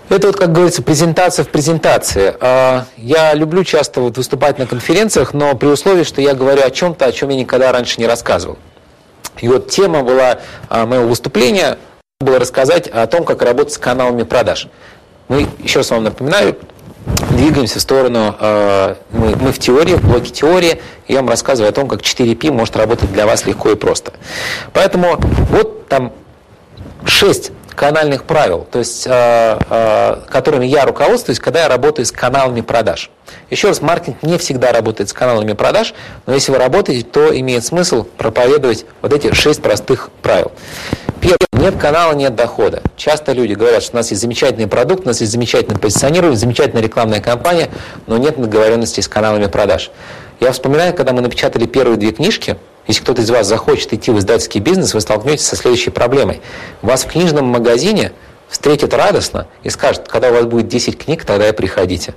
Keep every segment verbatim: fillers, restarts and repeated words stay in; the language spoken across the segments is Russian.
Это вот, как говорится, презентация в презентации. Я люблю часто вот выступать на конференциях, но при условии, что я говорю о чем-то, о чем я никогда раньше не рассказывал. И вот тема была моего выступления, было рассказать о том, как работать с каналами продаж. Мы, еще раз вам напоминаю, двигаемся в сторону, мы, мы в теории, в блоке теории, и я вам рассказываю о том, как четыре пи может работать для вас легко и просто. Поэтому вот там шесть канальных правил, то есть, э, э, которыми я руководствуюсь, когда я работаю с каналами продаж. Еще раз, маркетинг не всегда работает с каналами продаж, но если вы работаете, то имеет смысл проповедовать вот эти шесть простых правил. Первое. Нет канала, нет дохода. Часто люди говорят, что у нас есть замечательный продукт, у нас есть замечательное позиционирование, замечательная рекламная кампания, но нет договоренности с каналами продаж. Я вспоминаю, когда мы напечатали первые две книжки. Если кто-то из вас захочет идти в издательский бизнес, вы столкнетесь со следующей проблемой. Вас в книжном магазине встретят радостно и скажут, когда у вас будет десять книг, тогда и приходите.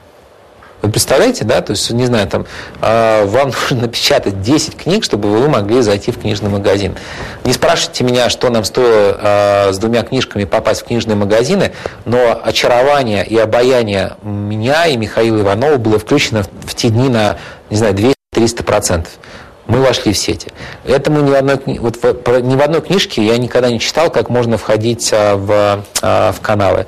Вы представляете, да? То есть, не знаю, там, вам нужно напечатать десять книг, чтобы вы могли зайти в книжный магазин. Не спрашивайте меня, что нам стоило с двумя книжками попасть в книжные магазины, но очарование и обаяние меня и Михаила Иванова было включено в те дни на, не знаю, двести-триста процентов. Мы вошли в сети. Это мы ни в одной, вот в, ни в одной книжке я никогда не читал, как можно входить в, в каналы.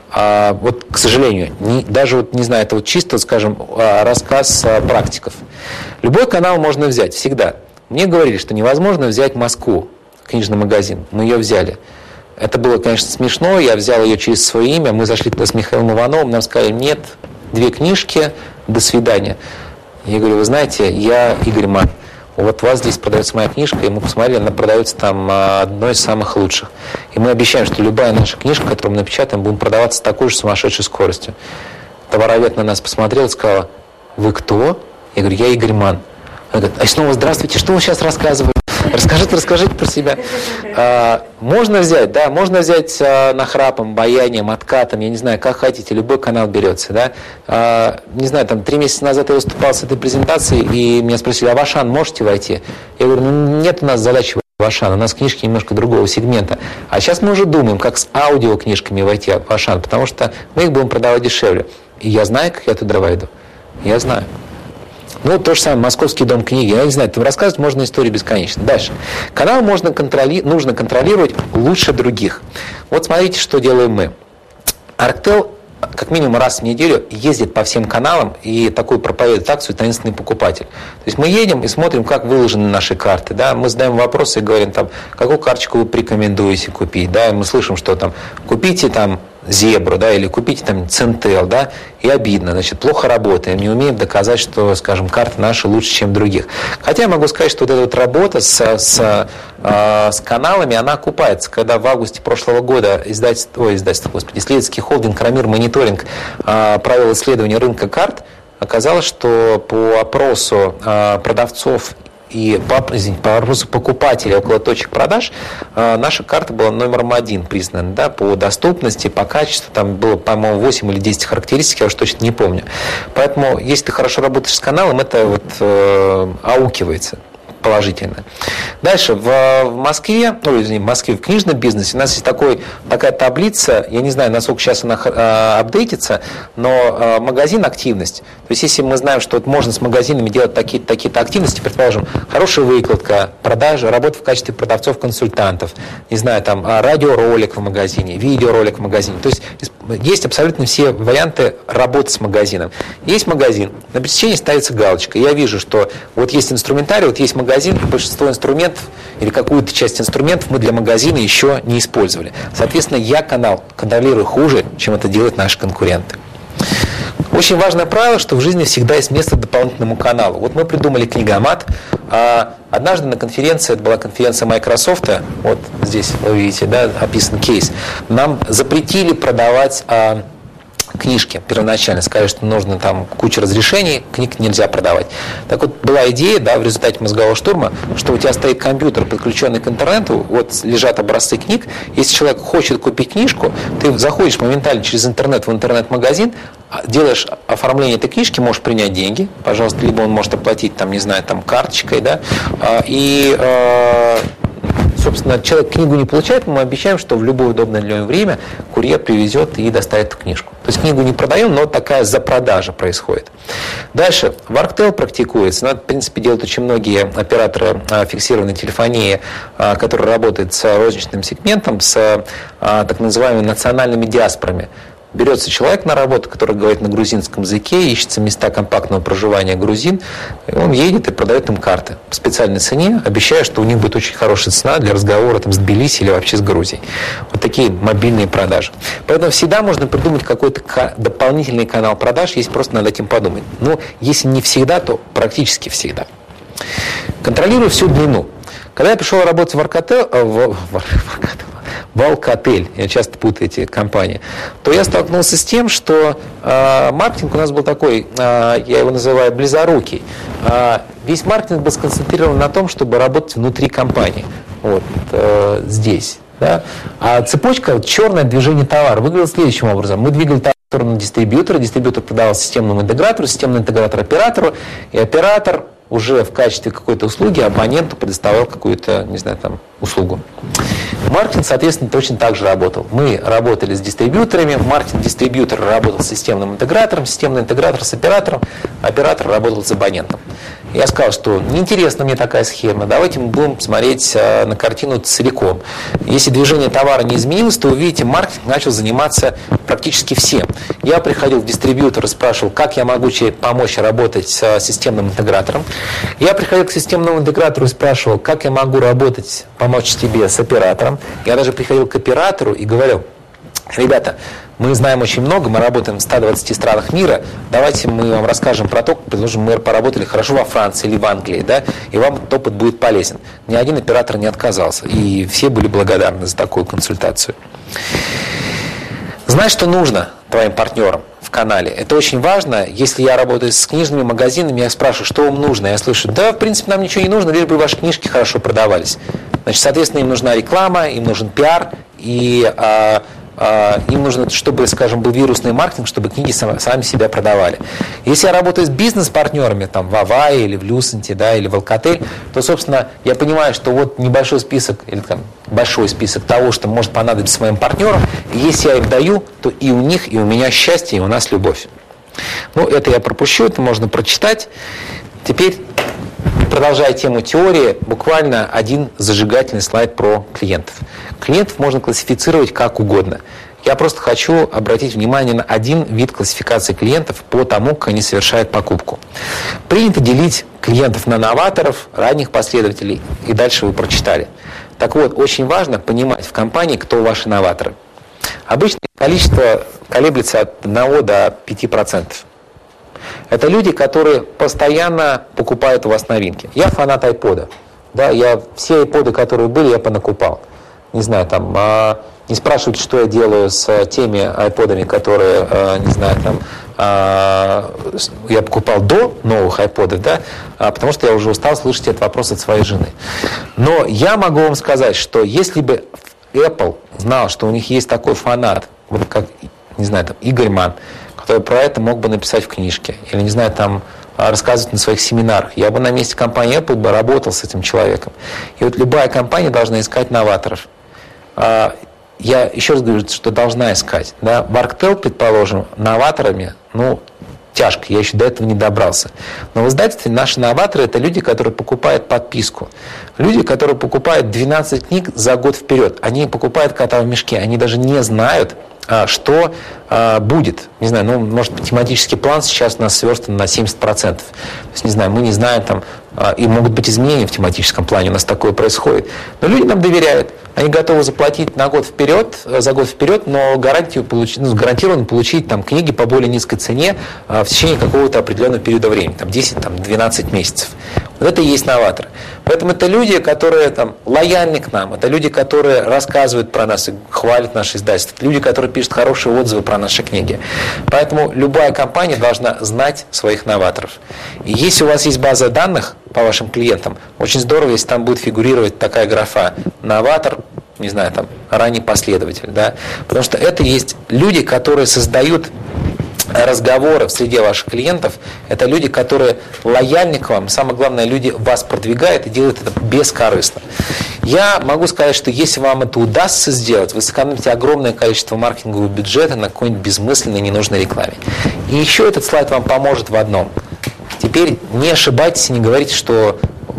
Вот, к сожалению, не, даже, вот, не знаю, это вот чисто, скажем, рассказ практиков. Любой канал можно взять, всегда. Мне говорили, что невозможно взять Москву, книжный магазин. Мы ее взяли. Это было, конечно, смешно. Я взял ее через свое имя. Мы зашли туда с Михаилом Ивановым. Нам сказали, нет, две книжки, до свидания. Я говорю, вы знаете, я Игорь Манн. Вот у вас здесь продается моя книжка, и мы посмотрели, она продается там одной из самых лучших. И мы обещаем, что любая наша книжка, которую мы напечатаем, будет продаваться с такой же сумасшедшей скоростью. Товаровед на нас посмотрел и сказал, вы кто? Я говорю, я Игорь Манн. Он говорит, а снова здравствуйте, что вы сейчас рассказываете? Расскажите, расскажите про себя. А, можно взять, да, можно взять а, нахрапом, баянием, откатом, я не знаю, как хотите, любой канал берется, да. А, не знаю, там три месяца назад я выступал с этой презентацией, и меня спросили, а в Ашан можете войти? Я говорю, ну нет у нас задачи в Ашан, у нас книжки немножко другого сегмента. А сейчас мы уже думаем, как с аудиокнижками войти в Ашан, потому что мы их будем продавать дешевле. И я знаю, как я туда войду. Я знаю. Ну, то же самое, Московский дом книги. Я не знаю, там рассказывать можно историю бесконечно. Дальше. Канал можно контроли... нужно контролировать лучше других. Вот смотрите, что делаем мы. Арктел как минимум раз в неделю ездит по всем каналам и такую проповедует акцию «Таинственный покупатель». То есть мы едем и смотрим, как выложены наши карты. Да? Мы задаем вопросы и говорим, там, какую карточку вы порекомендуете купить. Да? И мы слышим, что там купите там Зебру, да, или купите там Центел, да, и обидно, значит, плохо работаем, не умеем доказать, что, скажем, карты наши лучше, чем других. Хотя я могу сказать, что вот эта вот работа с, с, э, с каналами, она окупается. Когда в августе прошлого года издательство, ой, издательство, господи, исследовательский холдинг Рамир Мониторинг э, провел исследование рынка карт, оказалось, что по опросу э, продавцов и по, извините, по вопросу покупателей около точек продаж э, наша карта была номером один признана, да, по доступности, по качеству. Там было, по-моему, восемь или десять характеристик, я уж точно не помню. Поэтому, если ты хорошо работаешь с каналом, это вот э, аукивается положительно. Дальше, в, в Москве, ну, извините, в Москве, в книжном бизнесе у нас есть такой, такая таблица, я не знаю, насколько сейчас она э, апдейтится, но э, магазин «Активность». То есть, если мы знаем, что вот можно с магазинами делать такие-то такие активности, предположим, хорошая выкладка, продажа, работа в качестве продавцов-консультантов, не знаю, там, радиоролик в магазине, видеоролик в магазине. То есть, есть абсолютно все варианты работы с магазином. Есть магазин, на пересечении ставится галочка. Я вижу, что вот есть инструментарий, вот есть магазин, и большинство инструментов или какую-то часть инструментов мы для магазина еще не использовали. Соответственно, я канал контролирую хуже, чем это делают наши конкуренты. Очень важное правило, что в жизни всегда есть место дополнительному каналу. Вот мы придумали книгомат. А однажды на конференции, это была конференция Microsoft, вот здесь вы видите, да, описан кейс, нам запретили продавать а, книжки первоначально, сказали, что нужно там куча разрешений, книг нельзя продавать. Так вот, была идея, да, в результате мозгового штурма, что у тебя стоит компьютер, подключенный к интернету, вот лежат образцы книг, если человек хочет купить книжку, ты заходишь моментально через интернет в интернет-магазин, делаешь оформление этой книжки, можешь принять деньги, пожалуйста, либо он может оплатить, там, не знаю, там, карточкой, да, и собственно, человек книгу не получает, мы обещаем, что в любое удобное для него время курьер привезет и доставит эту книжку. То есть книгу не продаем, но такая запродажа происходит. Дальше. Warktel практикуется. Ну, это, в принципе, делают очень многие операторы фиксированной телефонии, которые работают с розничным сегментом, с так называемыми национальными диаспорами. Берется человек на работу, который говорит на грузинском языке, ищется места компактного проживания грузин, и он едет и продает им карты по специальной цене, обещая, что у них будет очень хорошая цена для разговора там, с Тбилиси или вообще с Грузией. Вот такие мобильные продажи. Поэтому всегда можно придумать какой-то дополнительный канал продаж, если просто над этим подумать. Но если не всегда, то практически всегда. Контролирую всю длину. Когда я пришел работать в Warktel, в, в, в Alcatel, я часто путаю эти компании, то я столкнулся с тем, что э, маркетинг у нас был такой, э, я его называю близорукий. Э, весь маркетинг был сконцентрирован на том, чтобы работать внутри компании. Вот э, здесь. Да? А цепочка, черное движение товара выглядела следующим образом. Мы двигали товар в сторону дистрибьютора, дистрибьютор продавал системному интегратору, системный интегратор оператору, и оператор уже в качестве какой-то услуги абоненту предоставлял какую-то, не знаю, там, услугу. Маркетинг, соответственно, точно так же работал. Мы работали с дистрибьюторами, маркетинг-дистрибьютор работал с системным интегратором, системный интегратор с оператором, оператор работал с абонентом. Я сказал, что неинтересна мне такая схема, давайте мы будем смотреть на картину целиком. Если движение товара не изменилось, то, вы видите, маркетинг начал заниматься практически всем. Я приходил в дистрибьютор и спрашивал, как я могу помочь работать с системным интегратором. Я приходил к системному интегратору и спрашивал, как я могу работать, помочь тебе с оператором. Я даже приходил к оператору и говорил, ребята, мы знаем очень много, мы работаем в ста двадцати странах мира, давайте мы вам расскажем про то, предложим, мы поработали хорошо во Франции или в Англии, да, и вам этот опыт будет полезен. Ни один оператор не отказался, и все были благодарны за такую консультацию. Знать, что нужно твоим партнерам в канале. Это очень важно. Если я работаю с книжными магазинами, я спрашиваю, что вам нужно. Я слышу, да, в принципе, нам ничего не нужно, лишь бы ваши книжки хорошо продавались. Значит, соответственно, им нужна реклама, им нужен пиар, и а, а, им нужно, чтобы, скажем, был вирусный маркетинг, чтобы книги сам, сами себя продавали. Если я работаю с бизнес-партнерами, там, в Авае или в Люсенте, да, или в Alcatel, то, собственно, я понимаю, что вот небольшой список, или там, большой список того, что может понадобиться моим партнерам, и если я им даю, то и у них, и у меня счастье, и у нас любовь. Ну, это я пропущу, это можно прочитать. Теперь, продолжая тему теории, буквально один зажигательный слайд про клиентов. Клиентов можно классифицировать как угодно. Я просто хочу обратить внимание на один вид классификации клиентов по тому, как они совершают покупку. Принято делить клиентов на новаторов, ранних последователей, и дальше вы прочитали. Так вот, очень важно понимать в компании, кто ваши новаторы. Обычно количество колеблется от одного до пяти процентов. Это люди, которые постоянно покупают у вас новинки. Я фанат айпода. Да, я все айподы, которые были, я понакупал. Не знаю, там, а, не спрашивайте, что я делаю с теми айподами, которые, а, не знаю, там, а, я покупал до новых айподов, да, а, потому что я уже устал слышать этот вопрос от своей жены. Но я могу вам сказать, что если бы Apple знал, что у них есть такой фанат, вот как, не знаю, там, Игорь Манн, который про это мог бы написать в книжке, или, не знаю, там, рассказывать на своих семинарах. Я бы на месте компании Apple бы работал с этим человеком. И вот любая компания должна искать новаторов. Я еще раз говорю, что должна искать. Да? Warktel, предположим, новаторами, ну, тяжко, я еще до этого не добрался. Но в издательстве наши новаторы – это люди, которые покупают подписку. Люди, которые покупают двенадцать книг за год вперед. Они покупают кота в мешке, они даже не знают, что а, будет. Не знаю, ну, может, тематический план сейчас у нас сверстан на семьдесят процентов. То есть, не знаю, мы не знаем, там, а, и могут быть изменения в тематическом плане, у нас такое происходит. Но люди нам доверяют. Они готовы заплатить на год вперед, за год вперед, но гарантию получить, ну, гарантированно получить там, книги по более низкой цене а, в течение какого-то определенного периода времени, там, десять-двенадцать месяцев. Вот это и есть новаторы. Поэтому это люди, которые там, лояльны к нам, это люди, которые рассказывают про нас и хвалят наше издательство, это люди, которые пишут хорошие отзывы про наши книги. Поэтому любая компания должна знать своих новаторов. И если у вас есть база данных по вашим клиентам, очень здорово, если там будет фигурировать такая графа «новатор», не знаю, там, ранний последователь, да, потому что это есть люди, которые создают разговоры в среде ваших клиентов, это люди, которые лояльны к вам, самое главное, люди вас продвигают и делают это бескорыстно. Я могу сказать, что если вам это удастся сделать, вы сэкономите огромное количество маркетингового бюджета на какой-нибудь бессмысленной, ненужной рекламе. И еще этот слайд вам поможет в одном. Теперь не ошибайтесь и не говорите, что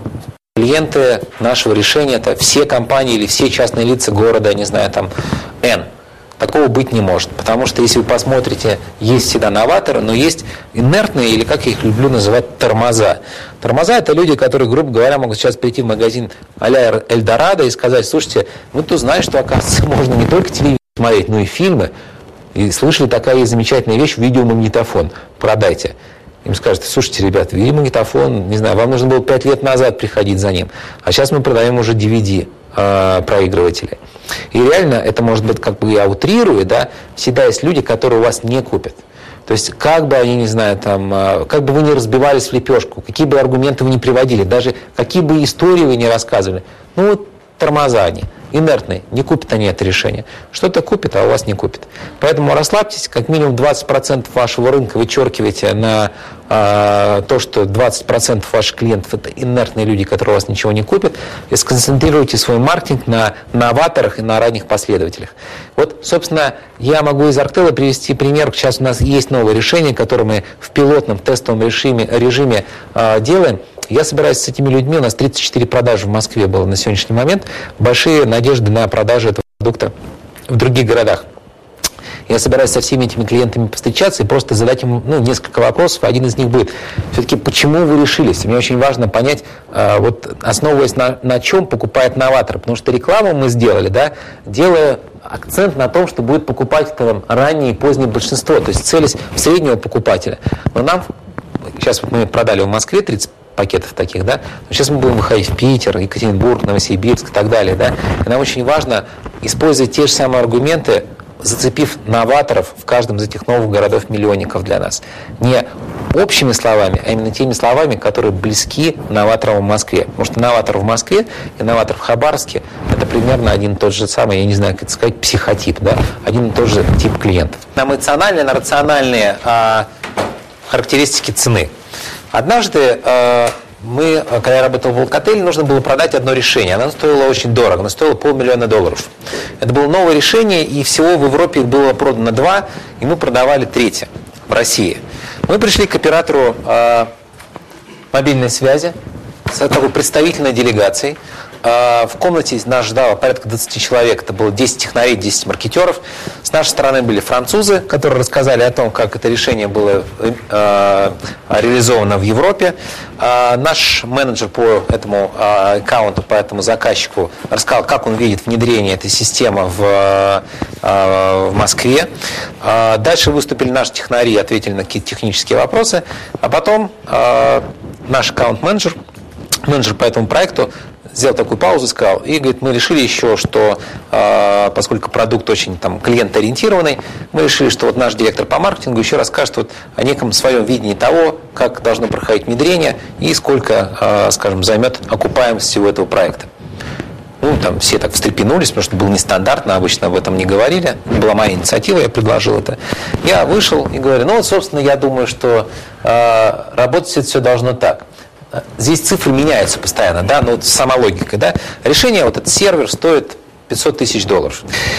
клиенты нашего решения это все компании или все частные лица города, не знаю, там, N. Такого быть не может, потому что если вы посмотрите, есть всегда новаторы, но есть инертные, или как я их люблю называть, тормоза. Тормоза – это люди, которые, грубо говоря, могут сейчас прийти в магазин а-ля Эльдорадо и сказать: слушайте, вы тут знаете, что, оказывается, можно не только телевизор смотреть, но и фильмы, и слышали, такая есть замечательная вещь – видеомагнитофон, продайте. Им скажут: слушайте, ребят, видеомагнитофон, не знаю, вам нужно было пять лет назад приходить за ним, а сейчас мы продаем уже ди ви ди проигрыватели. И реально, это может быть, как бы я утрирую, да, всегда есть люди, которые у вас не купят. То есть, как бы они, не знаю, там, как бы вы ни разбивались в лепешку, какие бы аргументы вы ни приводили, даже какие бы истории вы ни рассказывали, ну вот тормоза они, инертные, не купят они это решение. Что-то купят, а у вас не купят. Поэтому расслабьтесь, как минимум двадцать процентов вашего рынка вычеркивайте на э, то, что двадцать процентов ваших клиентов это инертные люди, которые у вас ничего не купят, и сконцентрируйте свой маркетинг на новаторах и на ранних последователях. Вот, собственно, я могу из Артела привести пример. Сейчас у нас есть новое решение, которое мы в пилотном тестовом режиме, режиме э, делаем. Я собираюсь с этими людьми, у нас тридцать четыре продажи в Москве было на сегодняшний момент, большие надежды на продажу этого продукта в других городах. Я собираюсь со всеми этими клиентами встречаться и просто задать им ну, несколько вопросов. Один из них будет: все-таки почему вы решились? Мне очень важно понять, вот, основываясь на, на чем покупает новатор. Потому что рекламу мы сделали, да, делая акцент на том, что будет покупать там, раннее и позднее большинство, то есть целясь в среднего покупателя. Но нам, сейчас вот мы продали в Москве тридцать пакетов таких, да, но сейчас мы будем выходить в Питер, Екатеринбург, Новосибирск и так далее, да, и нам очень важно использовать те же самые аргументы, зацепив новаторов в каждом из этих новых городов-миллионников для нас. Не общими словами, а именно теми словами, которые близки новаторам в Москве. Потому что новатор в Москве и новатор в Хабаровске – это примерно один и тот же самый, я не знаю, как это сказать, психотип, да, один и тот же тип клиентов. На эмоциональные, на рациональные а, характеристики цены. Однажды э, мы, когда я работал в Волкотеле, нужно было продать одно решение. Оно стоило очень дорого, оно стоило полмиллиона долларов. Это было новое решение, и всего в Европе было продано два, и мы продавали третье в России. Мы пришли к оператору э, мобильной связи с такой представительной делегацией. В комнате нас ждало порядка двадцати человек. Это было десять технарей, десять маркетеров. С нашей стороны были французы, которые рассказали о том, как это решение было э, реализовано в Европе. Э, наш менеджер по этому э, аккаунту, по этому заказчику рассказал, как он видит внедрение этой системы в, э, в Москве. Э, дальше выступили наши технари, ответили на какие-то технические вопросы. А потом э, наш аккаунт-менеджер, менеджер по этому проекту, сделал такую паузу и сказал, и говорит, мы решили еще, что э, поскольку продукт очень там клиент-ориентированный, мы решили, что вот наш директор по маркетингу еще расскажет вот о неком своем видении того, как должно проходить внедрение и сколько, э, скажем, займет окупаемость всего этого проекта. Ну, там все так встрепенулись, потому что было нестандартно, обычно об этом не говорили. Была моя инициатива, я предложил это. Я вышел и говорю, ну вот, собственно, я думаю, что э, работать это все должно так. Здесь цифры меняются постоянно, да, но вот сама логика, да. Решение, вот этот сервер стоит пятьсот тысяч долларов.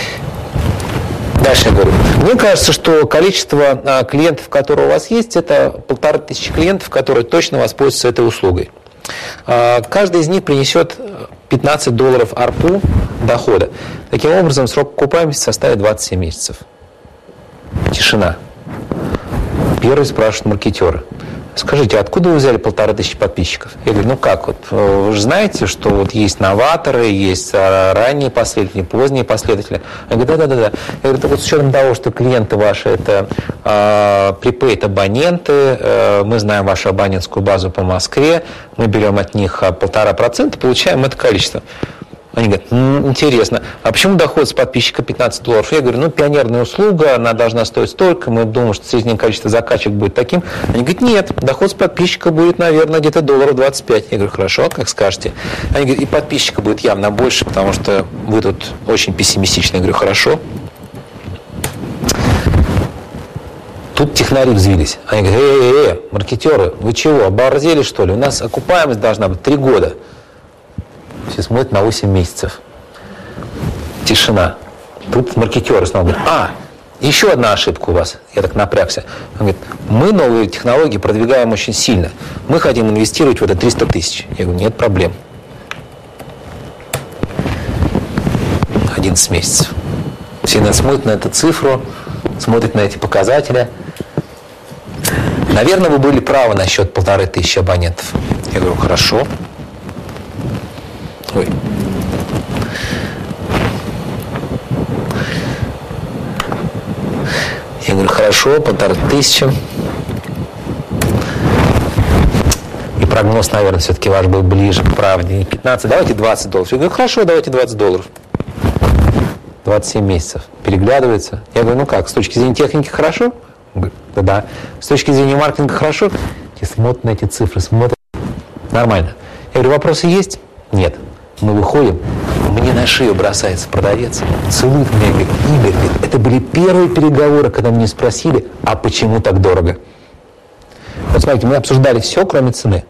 Дальше я говорю, мне кажется, что количество а, клиентов, которые у вас есть, это полторы тысячи клиентов, которые точно воспользуются этой услугой. А, каждый из них принесет пятнадцать долларов эй ар пи у дохода. Таким образом, срок окупаемости составит двадцать семь месяцев. Тишина. Первый спрашивает маркетера. Скажите, откуда вы взяли полторы тысячи подписчиков? Я говорю, ну как вот, вы же знаете, что вот есть новаторы, есть ранние последователи, поздние последователи. Я говорю, да-да-да. Я говорю, вот с учетом того, что клиенты ваши это э, prepaid абоненты, э, мы знаем вашу абонентскую базу по Москве, мы берем от них полтора процента, получаем это количество. Они говорят, ну, интересно, а почему доход с подписчика пятнадцать долларов? Я говорю, ну, пионерная услуга, она должна стоить столько, мы думаем, что среднее количество заказчиков будет таким. Они говорят, нет, доход с подписчика будет, наверное, где-то долларов двадцать пять. Я говорю, хорошо, как скажете. Они говорят, и подписчика будет явно больше, потому что вы тут очень пессимистичны. Я говорю, хорошо. Тут технари взвились. Они говорят, э-э-э, маркетеры, вы чего, оборзели что ли? У нас окупаемость должна быть три года. Все смотрят на восемь месяцев. Тишина. Тут маркетеры снова говорят, а, еще одна ошибка у вас. Я так напрягся. Он говорит, мы новые технологии продвигаем очень сильно. Мы хотим инвестировать в это триста тысяч. Я говорю, нет проблем. одиннадцать месяцев. Все нас смотрят на эту цифру, смотрят на эти показатели. Наверное, вы были правы насчет полторы тысячи абонентов. Я говорю, хорошо. Ой. Я говорю, хорошо, полторы тысячи. И прогноз, наверное, все-таки ваш был ближе к правде. Не пятнадцать, давайте двадцать долларов. Я говорю, хорошо, давайте двадцать долларов. двадцать семь месяцев. Переглядывается. Я говорю, ну как, с точки зрения техники хорошо? Он говорит, да, да. С точки зрения маркетинга хорошо? И смотрят на эти цифры, смотрят. Нормально. Я говорю, вопросы есть? Нет. Мы выходим, мне на шею бросается продавец, целует меня и говорит, Игорь, это были первые переговоры, когда мне спросили, а почему так дорого? Вот смотрите, мы обсуждали все, кроме цены.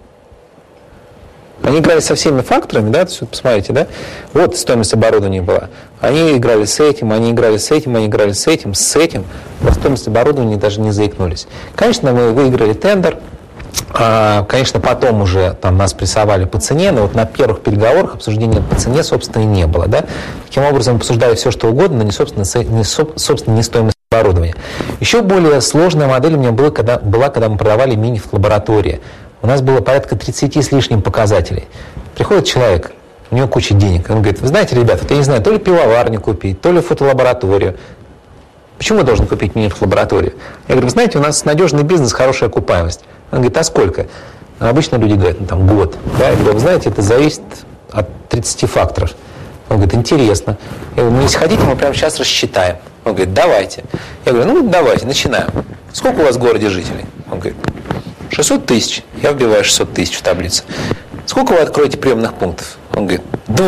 Они играли со всеми факторами, да, посмотрите, да, вот стоимость оборудования была. Они играли с этим, они играли с этим, они играли с этим, с этим. Про стоимость оборудования даже не заикнулись. Конечно, мы выиграли тендер. Конечно, потом уже там нас прессовали по цене, но вот на первых переговорах обсуждения по цене, собственно, и не было. Да? Таким образом, обсуждали все, что угодно, но не, собственно, не, собственно, не стоимость оборудования. Еще более сложная модель у меня была, когда, была, когда мы продавали мини-лаборатории. У нас было порядка тридцати с лишним показателей. Приходит человек, у него куча денег. Он говорит, вы знаете, ребята, вот я не знаю, то ли пивоварню купить, то ли фотолабораторию. Почему я должен купить мини-лабораторию? Я говорю, вы знаете, у нас надежный бизнес, хорошая окупаемость. Он говорит, а сколько? Обычно люди говорят, ну там год. Да? Я говорю, вы знаете, это зависит от тридцати факторов. Он говорит, интересно. Я говорю, ну если хотите, мы прямо сейчас рассчитаем. Он говорит, давайте. Я говорю, ну давайте, начинаем. Сколько у вас в городе жителей? Он говорит, шестьсот тысяч. Я вбиваю шестьсот тысяч в таблицу. Сколько вы откроете приемных пунктов? Он говорит, два.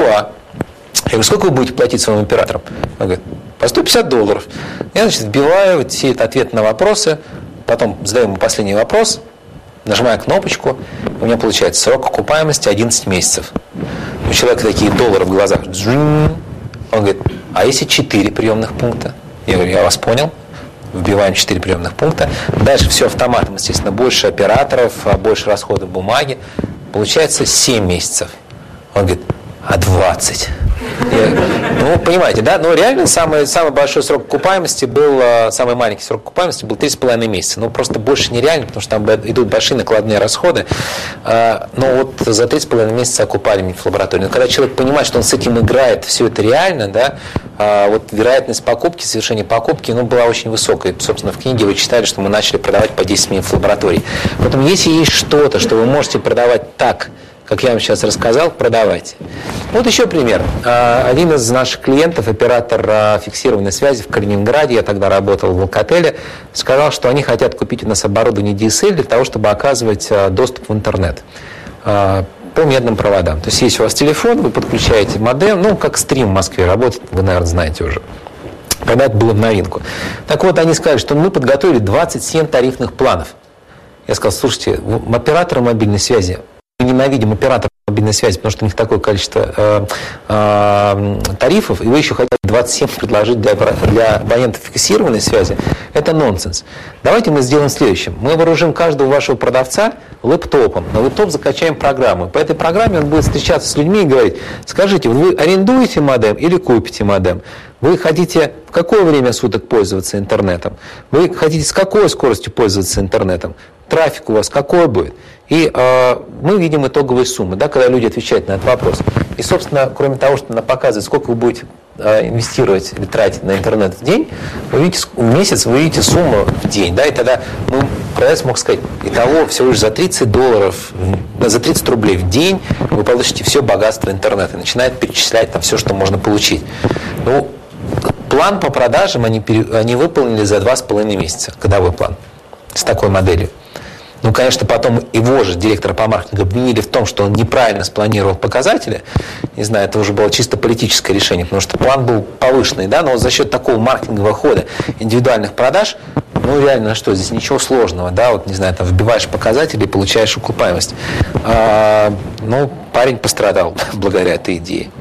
Я говорю, сколько вы будете платить своим операторам? Он говорит, по сто пятьдесят долларов. Я, значит, вбиваю все это ответы на вопросы, потом задаю ему последний вопрос, нажимаю кнопочку, у меня получается срок окупаемости одиннадцать месяцев. У человека такие доллары в глазах. Он говорит, а если четыре приемных пункта? Я говорю, я вас понял. Вбиваем четыре приемных пункта. Дальше все автоматом, естественно, больше операторов, больше расходов бумаги. Получается семь месяцев. Он говорит, а двадцать? Я, ну, понимаете, да? Но реально самый, самый большой срок окупаемости был, самый маленький срок окупаемости был три с половиной месяца. Ну, просто больше нереально, потому что там идут большие накладные расходы. Но вот за три с половиной месяца окупали меня в лаборатории. Но когда человек понимает, что он с этим играет, все это реально, да, вот вероятность покупки, совершения покупки, ну, была очень высокая. Собственно, в книге вы читали, что мы начали продавать по десять минут в лаборатории. Поэтому, если есть что-то, что вы можете продавать так, как я вам сейчас рассказал, продавайте. Вот еще пример. Один из наших клиентов, оператор фиксированной связи в Калининграде, я тогда работал в Alcatel, сказал, что они хотят купить у нас оборудование ди эс эл для того, чтобы оказывать доступ в интернет по медным проводам. То есть, если у вас телефон, вы подключаете модем, ну, как стрим в Москве работает, вы, наверное, знаете уже. Когда это было в новинку. Так вот, они сказали, что мы подготовили двадцать семь тарифных планов. Я сказал, слушайте, операторы мобильной связи, мы ненавидим операторов мобильной связи, потому что у них такое количество э, э, тарифов, и вы еще хотите двадцать семь предложить для, для абонентов фиксированной связи. Это нонсенс. Давайте мы сделаем следующее. Мы вооружим каждого вашего продавца лэптопом. На лэптоп закачаем программу. По этой программе он будет встречаться с людьми и говорить, скажите, вы арендуете модем или купите модем? Вы хотите в какое время суток пользоваться интернетом? Вы хотите с какой скоростью пользоваться интернетом? Трафик у вас какой будет? И э, мы видим итоговые суммы, да, когда люди отвечают на этот вопрос. И, собственно, кроме того, что она показывает, сколько вы будете э, инвестировать или тратить на интернет в день, вы видите, в месяц вы видите сумму в день. Да, и тогда мы, продавец мог сказать, итого всего лишь за тридцать долларов, за тридцать рублей в день вы получите все богатство интернета. И начинает перечислять там все, что можно получить. Ну, план по продажам они, они выполнили за два с половиной месяца, годовой план, с такой моделью. Ну, конечно, потом его же, директора по маркетингу, обвинили в том, что он неправильно спланировал показатели. Не знаю, это уже было чисто политическое решение, потому что план был повышенный, да, но вот за счет такого маркетингового хода индивидуальных продаж, ну, реально, что здесь ничего сложного, да, вот, не знаю, там вбиваешь показатели и получаешь окупаемость. А, ну, парень пострадал благодаря этой идее.